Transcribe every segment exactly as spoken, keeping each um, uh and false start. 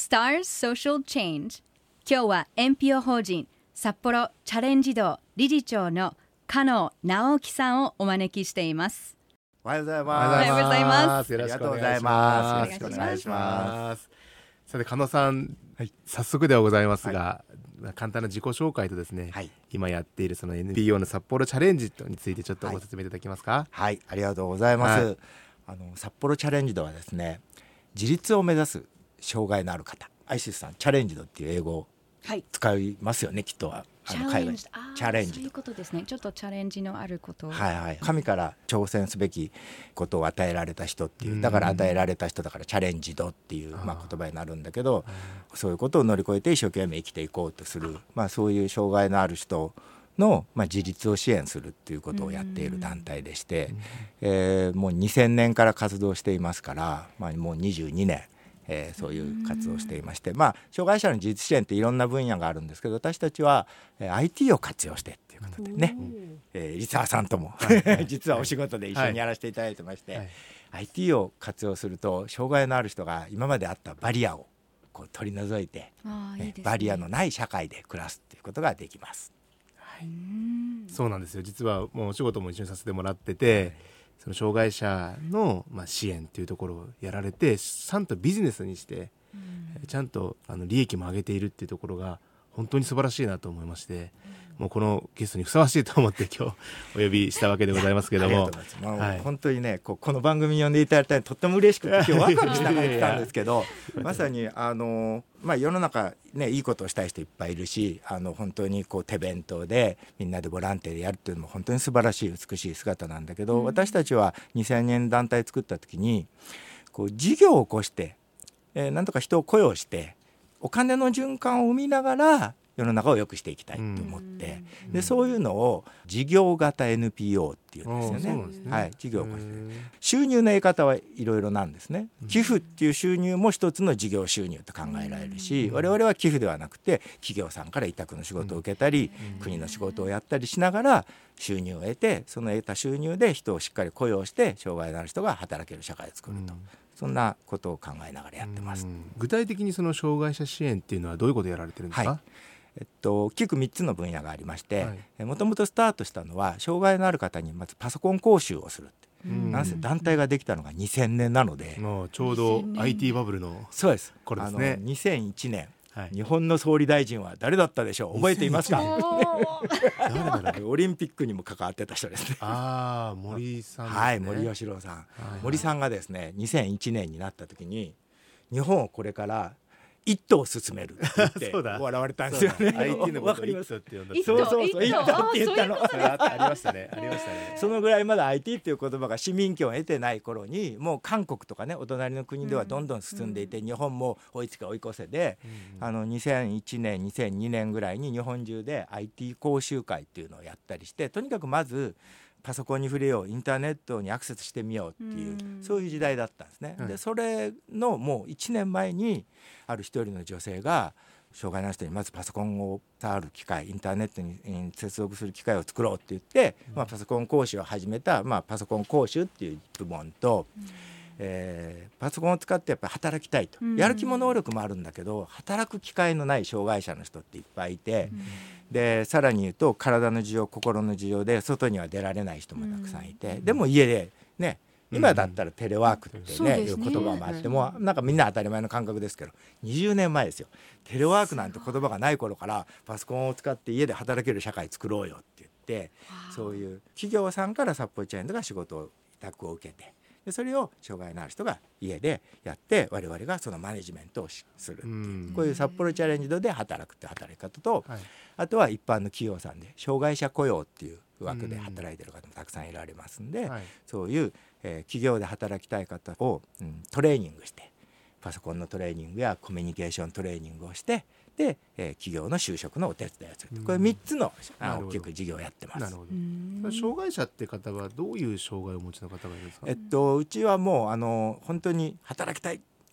Stars Social Change。 今日は エヌピーオー 法人札幌チャレンジ道理事長の加納直樹さんをお招きしています。 おはようございます。 おはようございます。 よろしくお願いします。 ありがとうございます。よろしくお願いします。 さて加納さん、はい、早速ではございますが、はい、簡単な自己紹介とですね、はい、今やっているその エヌピーオー の札幌チャレンジについてちょっとご説明いただけますか。 はい、はい、ありがとうございます。はい、あの札幌チャレンジドはですね、自立を目指す障害のある方、アイシスさんチャレンジドっていう英語を使いますよね、はい、きっとは。 あの海外チャレンジ、 そういうことですね。ちょっとチャレンジのあることを、 はいはい、神から挑戦すべきことを与えられた人っていう、だから与えられた人だからチャレンジドっていう、まあ、言葉になるんだけど、そういうことを乗り越えて一生懸命生きていこうとする、まあ、そういう障害のある人の、まあ、自立を支援するっていうことをやっている団体でして、えー、もうにせんねんから活動していますから、まあ、もうにじゅうにねんえー、そういう活動をしていまして、まあ、障害者の自立支援っていろんな分野があるんですけど、私たちは、えー、アイティー を活用してっていうことでね、えー、リサーさんとも、はいはい、実はお仕事で一緒にやらせていただいてまして、はいはい、アイティー を活用すると障害のある人が今まであったバリアをこう取り除いて、いいですね、バリアのない社会で暮らすっていうことができます。 はい、そうなんですよ。実はもうお仕事も一緒にさせてもらってて、はい、その障害者の、まあ、支援というところをやられて、ちゃんとビジネスにして、うん、ちゃんとあの利益も上げているっていうところが本当に素晴らしいなと思いまして、うん、もうこのゲストにふさわしいと思って今日お呼びしたわけでございますけども、 まあはい、本当にね こ, この番組に呼んでいただいたらとっても嬉しくて今日ワクワクしながら来たんですけどまさにあの、まあ、世の中、ね、いいことをしたい人いっぱいいるし、あの本当にこう手弁当でみんなでボランティアでやるっていうのも本当に素晴らしい美しい姿なんだけど、うん、私たちはにせんにん団体作った時にこう事業を起こして、えー、なんとか人を雇用してお金の循環を生みながら世の中を良くしていきたいと思って、うん、でそういうのを事業型 エヌピーオー っていうんですよね。ね、はい、事業を起こして収入の得方はいろいろなんですね。寄付っていう収入も一つの事業収入と考えられるし、我々は寄付ではなくて企業さんから委託の仕事を受けたり、国の仕事をやったりしながら収入を得て、その得た収入で人をしっかり雇用して障害のある人が働ける社会を作ると、そんなことを考えながらやってます。 具体的にその障害者支援っていうのはどういうことをやられてるんですか。 はい、えっと、大きくみっつの分野がありまして、もともとスタートしたのは障害のある方にまずパソコン講習をするって、うん、なんせ団体ができたのがにせんねんなので、 もうちょうど アイティー バブルのそうですこれですね。 あのにせんいちねん、はい、日本の総理大臣は誰だったでしょう。覚えていますか。誰だろう。オリンピックにも関わってた人ですね。 あ、森さんですね。 はい、森喜朗さん、はいはい、森さんがですねにせんいちねんになった時に日本をこれから一党を進めるって言って笑われたんですよね。 アイティー のことを一党って呼んだ。 そうそうそう、一党って言ったの。 それありましたね。ありましたね。 そのぐらいまだ アイティー っていう言葉が市民権を得てない頃に、もう韓国とかね、お隣の国ではどんどん進んでいて、うん、日本も追いつけ追い越せで、うん、あのにせんいちねんにせんにねんぐらいに日本中で アイティー 講習会っていうのをやったりして、とにかくまずパソコンに触れよう、インターネットにアクセスしてみようっていう、うん、そういう時代だったんですね。でそれのもういちねんまえにある一人の女性が障害のある人にまずパソコンを触る機会、インターネットに接続する機会を作ろうって言って、うん、まあ、パソコン講習を始めた、まあ、パソコン講習っていう部門と、うん、えー、パソコンを使ってやっぱり働きたいと、うん、やる気も能力もあるんだけど働く機会のない障害者の人っていっぱいいて、うん、でさらに言うと体の事情、心の事情で外には出られない人もたくさんいて、うん、でも家でね、今だったらテレワークってね、うん、いう言葉もあっても、なんかみんな当たり前の感覚ですけど、にじゅうねんまえですよ。テレワークなんて言葉がない頃からパソコンを使って家で働ける社会作ろうよって言って、そういう企業さんから札幌チャレンジが仕事を委託を受けて、でそれを障害のある人が家でやって我々がそのマネジメントをするっていう、うん、こういう札幌チャレンジドで働くって働き方と、はい、あとは一般の企業さんで障害者雇用っていう枠で働いている方もたくさんいられますんで、うん、はい、そういう、えー、企業で働きたい方を、うん、トレーニングして、パソコンのトレーニングやコミュニケーショントレーニングをしてで、えー、企業の就職のお手伝いをする、これみっつの大きく事業をやってます。 なるほど。障害者って方はどういう障害をお持ちの方がいるんですか。 えっと、うちはもうあの本当に働きたい、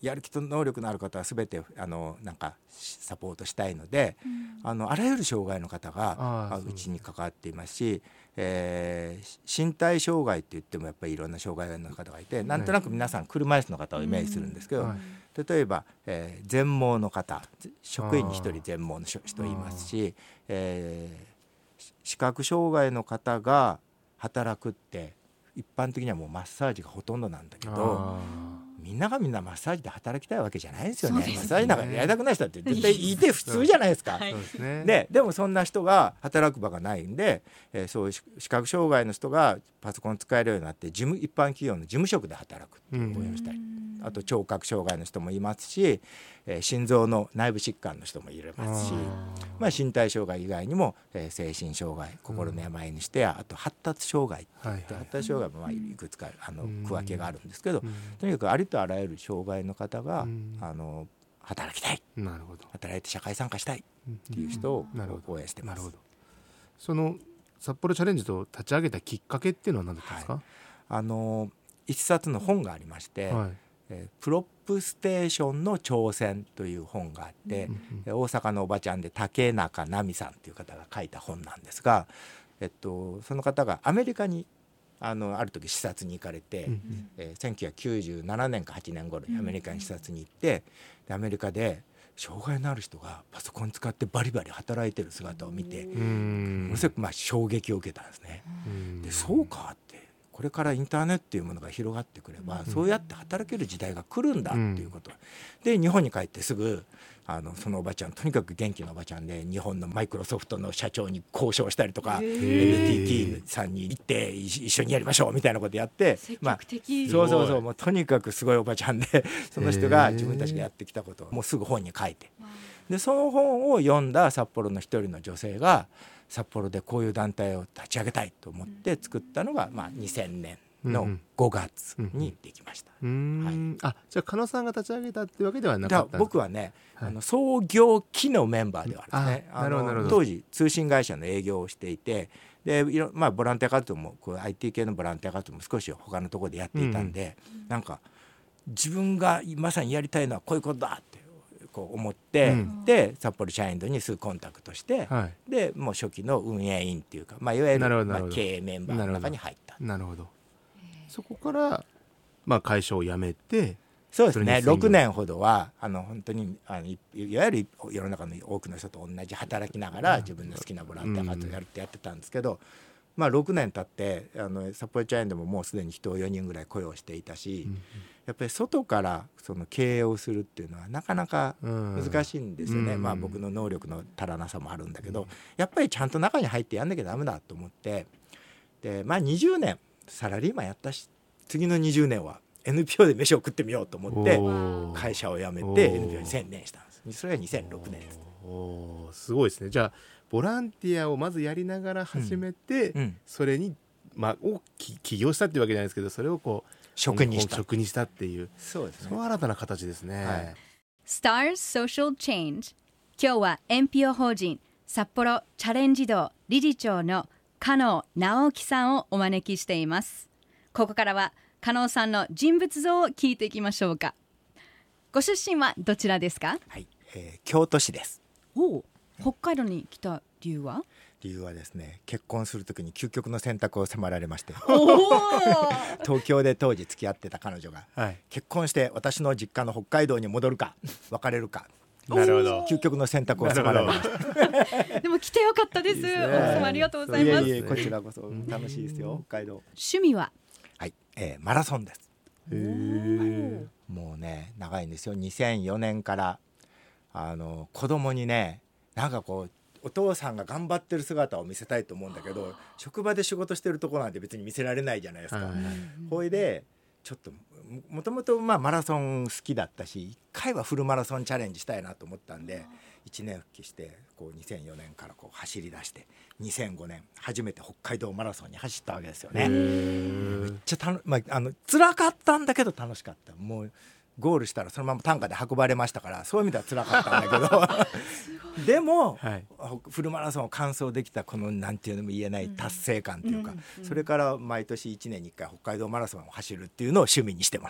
やる気と能力のある方は全てあのなんかサポートしたいので、うん、あのあらゆる障害の方がうちに関わっていますし、えー、身体障害って言ってもやっぱりいろんな障害の方がいて、うん、なんとなく皆さん車椅子の方をイメージするんですけど、うん、例えば、えー、全盲の方、職員にひとり全盲の人いますし、えー、視覚障害の方が働くって一般的にはもうマッサージがほとんどなんだけど、みんながみんなマッサージで働きたいわけじゃないですよね。マッサージなんかやりたくない人だって絶対いて普通じゃないですか。はい、で, でもそんな人が働く場がないんで、えー、そういう視覚障害の人がパソコン使えるようになって事務一般企業の事務職で働くっていうことをしたり、うん、あと聴覚障害の人もいますし、えー、心臓の内部疾患の人もいますし、まあ、身体障害以外にも、えー、精神障害、心の病にしてや、あと発達障害、はいはい、発達障害もまあいくつかあの区分けがあるんですけど、うん、とにかくありとあらゆる障害の方が、うん、あの働きたい、なるほど、働いて社会参加したいっていう人を応援してます。なるほど。 その札幌チャレンジと立ち上げたきっかけっていうのは何だったんですか？はい、 あの一冊の本がありまして、はい、えー、プロップステーションの挑戦という本があって、うんうん、大阪のおばちゃんで竹中奈美さんという方が書いた本なんですが、えっと、その方がアメリカにあのある時視察に行かれて、うんうん、えー、せんきゅうひゃくきゅうじゅうななねんかはちねん頃にアメリカに視察に行って、でアメリカで障害のある人がパソコン使ってバリバリ働いてる姿を見て、ものすごくまあ衝撃を受けたんですね。でそうかって、これからインターネットというものが広がってくれば、そうやって働ける時代が来るんだっていうこと、で日本に帰ってすぐあのそのおばちゃん、とにかく元気なおばちゃんで日本のマイクロソフトの社長に交渉したりとか エヌティーティー さんに行って一緒にやりましょうみたいなことやって、 積極的、 まあ、そうそうそう、もうとにかくすごいおばちゃんでその人が自分たちがやってきたことをもうすぐ本に書いて、でその本を読んだ札幌の一人の女性が札幌でこういう団体を立ち上げたいと思って作ったのが、まあ、にせんねんのごがつにできました。 うんうんはい、あ、じゃあ加納さんが立ち上げたっていうわけではなかったんですか？ 僕はね、はい、あの創業期のメンバーではあるんですね。あの当時通信会社の営業をしていて、でいろ、まあ、ボランティア活動もこう アイティー 系のボランティア活動も少し他のところでやっていたんで、うん、なんか自分がまさにやりたいのはこういうことだってこう思って、うん、で札幌シャインドにすぐコンタクトして、はい、でもう初期の運営員っていうか、まあ、いわゆる、まあ、経営メンバーの中に入った。 なるほど。そこから、まあ、会社を辞めて、 そうですね、ろくねんほどはあの本当にあの い, いわゆる世の中の多くの人と同じ働きながら自分の好きなボランティア活動をやるってやってたんですけど、うん、まあ、ろくねん経ってあの札幌チャインドももうすでに人をよにんぐらい雇用していたし、うん、やっぱり外からその経営をするっていうのはなかなか難しいんですよね、うん、まあ、僕の能力の足らなさもあるんだけど、やっぱりちゃんと中に入ってやんなきゃダメだと思って、で、まあ、にじゅうねんサラリーマンやったし、次のにじゅうねんは エヌピーオー で飯を食ってみようと思って会社を辞めて エヌピーオー に専念したんです。それがにせんろくねんです。 おー、すごいですね。じゃあボランティアをまずやりながら始めて、うんうん、それに、まあ、を起業したっていうわけじゃないですけど、それをこう職にした職にしたっていう、 そうですね、 その新たな形ですね。はい、 Stars Social Change、 今日はエヌピーオー 法人札幌チャレンジ道理事長の加納直樹さんをお招きしています。ここからは加納さんの人物像を聞いていきましょうか。ご出身はどちらですか？ はい、えー、京都市です。 お、北海道に来た理由は？ 理由はですね、結婚するときに究極の選択を迫られまして、東京で当時付き合ってた彼女が、はい、結婚して私の実家の北海道に戻るか別れるか、 なるほど、 究極の選択を迫られましたでも来てよかったです。いいですね、ありがとうございます。 いえいえ、こちらこそ楽しいですよ、北海道。 趣味は？ はい、えー、マラソンです。 へー、 もうね長いんですよ。にせんよねんからあの子供にね、なんかこうお父さんが頑張ってる姿を見せたいと思うんだけど、職場で仕事してるとこなんて別に見せられないじゃないですか。ほいでちょっともともとまあマラソン好きだったし、いっかいはフルマラソンチャレンジしたいなと思ったんで、いちねん復帰してこうにせんよねんからこう走り出して、にせんごねん初めて北海道マラソンに走ったわけですよね。めっちゃたの、まあ、あの辛かったんだけど楽しかった。もうゴールしたらそのまま担架で運ばれましたから、そういう意味では辛かったんだけどでも、はい、フルマラソンを完走できたこのなんていうのも言えない達成感というか、うんうんうん、それから毎年いちねんにいっかい北海道マラソンを走るっていうのを趣味にしてます。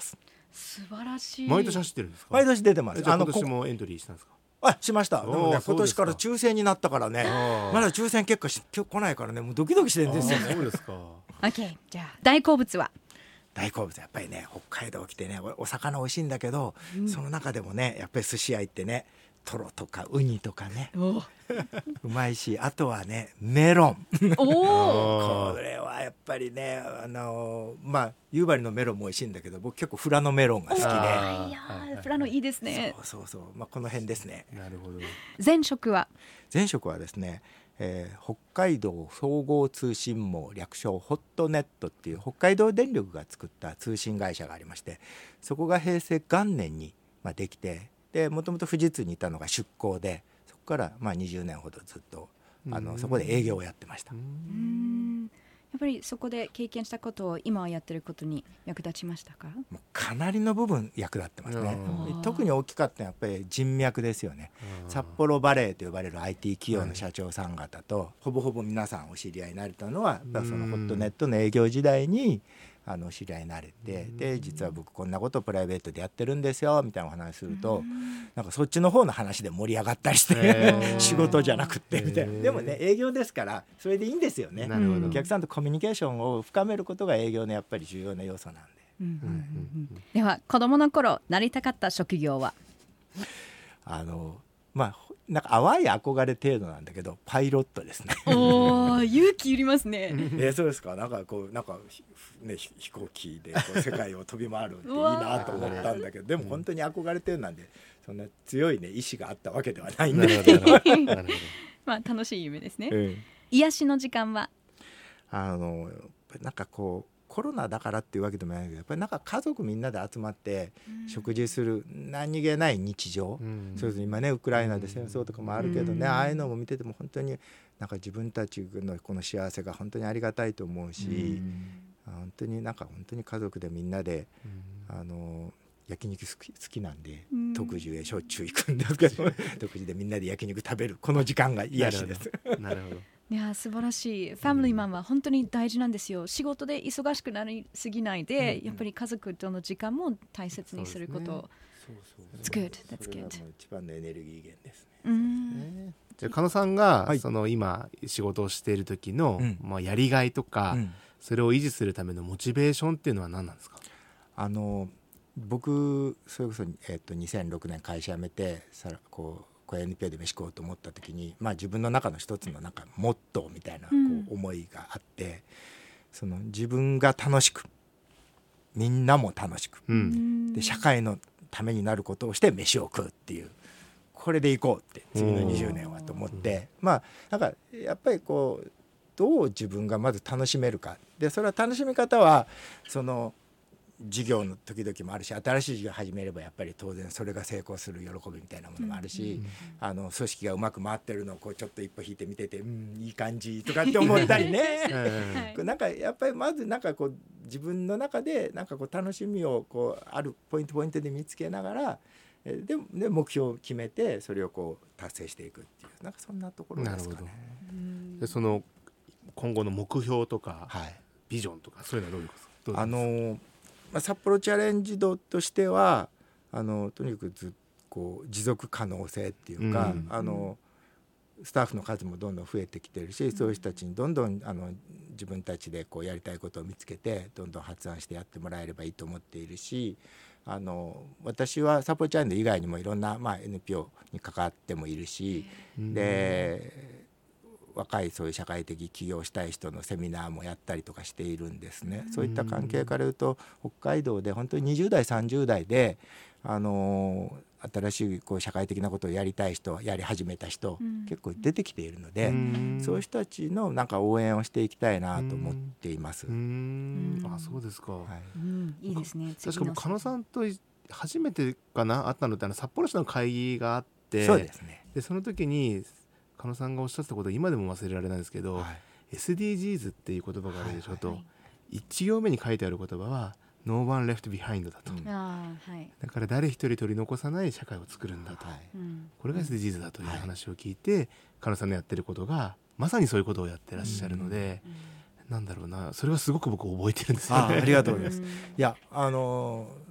素晴らしい。 毎年走ってるんですか？ 毎年出てます。 じゃあ今こ年もエントリーしたんですか？ あしました。でもね、 あそう今年から抽選になったからね、まだ抽選結果し今日来ないからね、もうドキドキしてるんですよね。 そうですか。 OK、 じゃあ大好物は？ 大好物やっぱりね、北海道来てね、お、お魚美味しいんだけど、うん、その中でもねやっぱり寿司屋行ってね、トロとかウニとかねうまいし、あとはねメロンおこれはやっぱりね、あのまあ夕張のメロンも美味しいんだけど、僕結構富良野メロンが好きで、いや富良野いいですね。 そうそうそう、まあ、この辺ですね。 なるほど。 前職は？ 前職はですね、えー、北海道総合通信網、略称ホットネットっていう北海道電力が作った通信会社がありまして、そこが平成元年に、まあ、できて、でもともと富士通にいたのが出向で、そこからまあにじゅうねんほどずっとあのそこで営業をやってました。うーん、やっぱりそこで経験したことを今やってることに役立ちましたか？ もうかなりの部分役立ってますね。特に大きかったのはやっぱり人脈ですよね。札幌バレーと呼ばれる アイティー 企業の社長さん方と、はい、ほぼほぼ皆さんお知り合いになれたのは、やっぱそのホットネットの営業時代にあの知り合いになれて、で実は僕こんなことをプライベートでやってるんですよみたいなお話すると、なんかそっちの方の話で盛り上がったりして仕事じゃなくってみたいな。でもね営業ですからそれでいいんですよね。なるほど。お客さんとコミュニケーションを深めることが営業のやっぱり重要な要素なんで、うんうんうんうん、では子供の頃なりたかった職業は？ あのまあなんか淡い憧れ程度なんだけどパイロットですね。 お勇気いりますね。 えー、そうですか。なんかこうなんか、ね、飛行機でこう世界を飛び回るっていいなと思ったんだけどでも本当に憧れてるなんでそんな強い、ね、意志があったわけではないんですけどまあ楽しい夢ですね、うん、癒しの時間は？あのなんかこうコロナだからっていうわけでもないけど、やっぱりなんか家族みんなで集まって食事する何気ない日常、うん、そうです今ねウクライナで戦争とかもあるけどね、うん、ああいうのも見てても本当になんか自分たちのこの幸せが本当にありがたいと思うし、うん、本当になんか本当に家族でみんなで、うん、あの焼肉好き、好きなんで、うん、徳寿へしょっちゅう行くんですけど徳寿でみんなで焼肉食べるこの時間が癒しです。 なるほどいや素晴らしい。ファミリーマンは本当に大事なんですよ。仕事で忙しくなりすぎないで、うん、やっぱり家族との時間も大切にすること。That's good. That's good. それがもう一番のエネルギー源ですね。 うんじゃあ狩野さんが、はい、その今仕事をしている時の、うんまあ、やりがいとか、うん、それを維持するためのモチベーションっていうのは何なんですか？ あの僕それこそ、えー、とにせんろくねん会社辞めてさこうこう エヌピーオー で飯食おうと思った時に、まあ、自分の中の一つのなんかモットーみたいなこう思いがあって、うん、その自分が楽しくみんなも楽しく、うん、で社会のためになることをして飯を食うっていうこれでいこうって次のにじゅうねんはと思って、まあなんかやっぱりこうどう自分がまず楽しめるかで、それは楽しみ方はその事業の時々もあるし、新しい事業を始めればやっぱり当然それが成功する喜びみたいなものもあるし、うん、あの組織がうまく回ってるのをこうちょっと一歩引いて見てて、うん、いい感じとかって思ったりねなんかやっぱりまずなんかこう自分の中でなんかこう楽しみをこうあるポイントポイントで見つけながらでで目標を決めてそれをこう達成していくっていうなんかそんなところですかね。 でその今後の目標とか、はい、ビジョンとかそういうのはどういうことですか？あのまあ、札幌チャレンジ度としてはあのとにかくずこう持続可能性っていうか、うん、あのスタッフの数もどんどん増えてきてるし、うん、そういう人たちにどんどんあの自分たちでこうやりたいことを見つけてどんどん発案してやってもらえればいいと思っているし、あの私は札幌チャレンジ以外にもいろんな、まあ、エヌピーオー に関わってもいるし、うん、で若いそういう社会的起業したい人のセミナーもやったりとかしているんですね。そういった関係から言うと北海道で本当ににじゅう代さんじゅう代であの新しいこう社会的なことをやりたい人やり始めた人、うん、結構出てきているので、そういう人たちのなんか応援をしていきたいなと思っています。うーんあそうですか、はいうん、いいですね。 確か狩野さんと初めてかな会ったのってあの札幌市の会議があって、 そうですね。 でその時に狩野さんがおっしゃったことは今でも忘れられないんですけど、はい、エスディージーズ っていう言葉があるでしょと、はいはい、いち行目に書いてある言葉は No one left behind だと、うん、あはい、だから誰一人取り残さない社会を作るんだと、はい、これが エスディージーズ だという話を聞いて、はい、狩野さんのやってることがまさにそういうことをやってらっしゃるので、うんうん、なんだろうなそれはすごく僕覚えてるんですよね。 あ, ありがとうございますいやあのー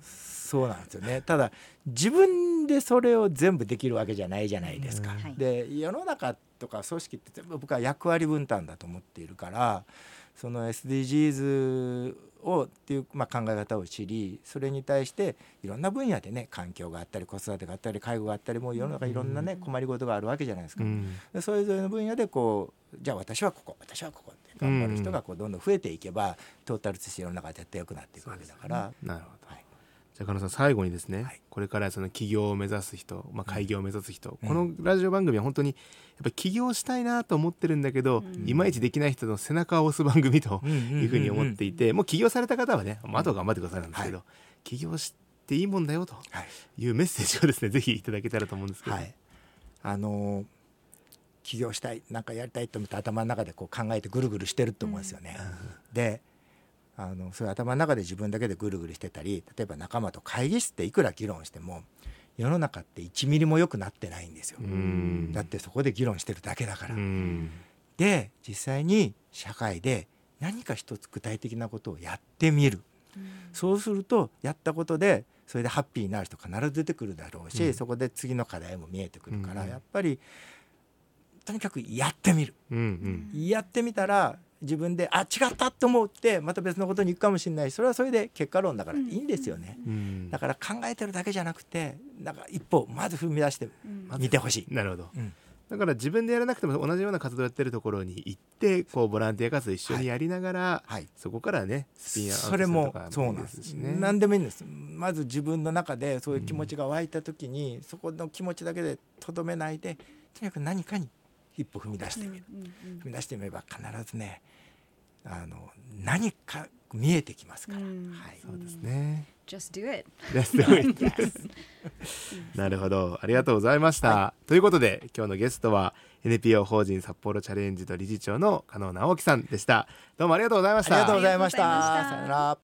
そうなんですよね。ただ自分でそれを全部できるわけじゃないじゃないですか、 うん、 で世の中とか組織って全部僕は役割分担だと思っているから、その エスディージーズ をっていう、まあ、考え方を知り、それに対していろんな分野でね、環境があったり子育てがあったり介護があったり、もう世の中いろんなね、困りごとがあるわけじゃないですか、うん、でそれぞれの分野でこう、じゃあ私はここ私はここって頑張る人がこうどんどん増えていけば、トータルとして世の中は絶対良くなっていくわけだから、 なるほど、はい、じゃあ加納さん最後にですね、はい、これからその起業を目指す人、まあ、開業を目指す人、うん、このラジオ番組は本当にやっぱり起業したいなと思ってるんだけど、うん、いまいちできない人の背中を押す番組というふうに思っていて、うんうんうんうん、もう起業された方はね、まあ、あと頑張ってくださいなんですけど、はい、起業していいもんだよというメッセージをですね、ぜひいただけたらと思うんですけど、はい、 あのー、起業したい、なんかやりたいと思って頭の中でこう考えてぐるぐるしてると思うんですよね、うん、であのそういう頭の中で自分だけでぐるぐるしてたり、例えば仲間と会議室っていくら議論しても世の中っていちミリも良くなってないんですよ。だってそこで議論してるだけだから。で実際に社会で何か一つ具体的なことをやってみる、そうするとやったことでそれでハッピーになる人必ず出てくるだろうし、うん、そこで次の課題も見えてくるから、うん、やっぱりとにかくやってみる、うんうん、やってみたら自分であ違ったと思ってまた別のことに行くかもしれないし、それはそれで結果論だからいいんですよね、うん、だから考えてるだけじゃなくて、なんか一歩まず踏み出してみてほしい、 うん、なるほど、うん、だから自分でやらなくても同じような活動やってるところに行ってこうボランティア活動一緒にやりながら、はいはい、そこからねスピンアウトするとかもいいですしね。それもそうなんです。何でもいいんです。まず自分の中でそういう気持ちが湧いた時に、うん、そこの気持ちだけでとどめないで、とにかく何かに一歩踏み出してみる、うんうんうん、踏み出してみれば必ずね、あの何か見えてきますから、うん、はい、そうですね。 Just do it. Just do it. Yes. なるほど、ありがとうございました、はい、ということで今日のゲストは エヌピーオー 法人札幌チャレンジと理事長の加納直樹さんでした。どうもありがとうございました。 ありがとうございました。さよなら。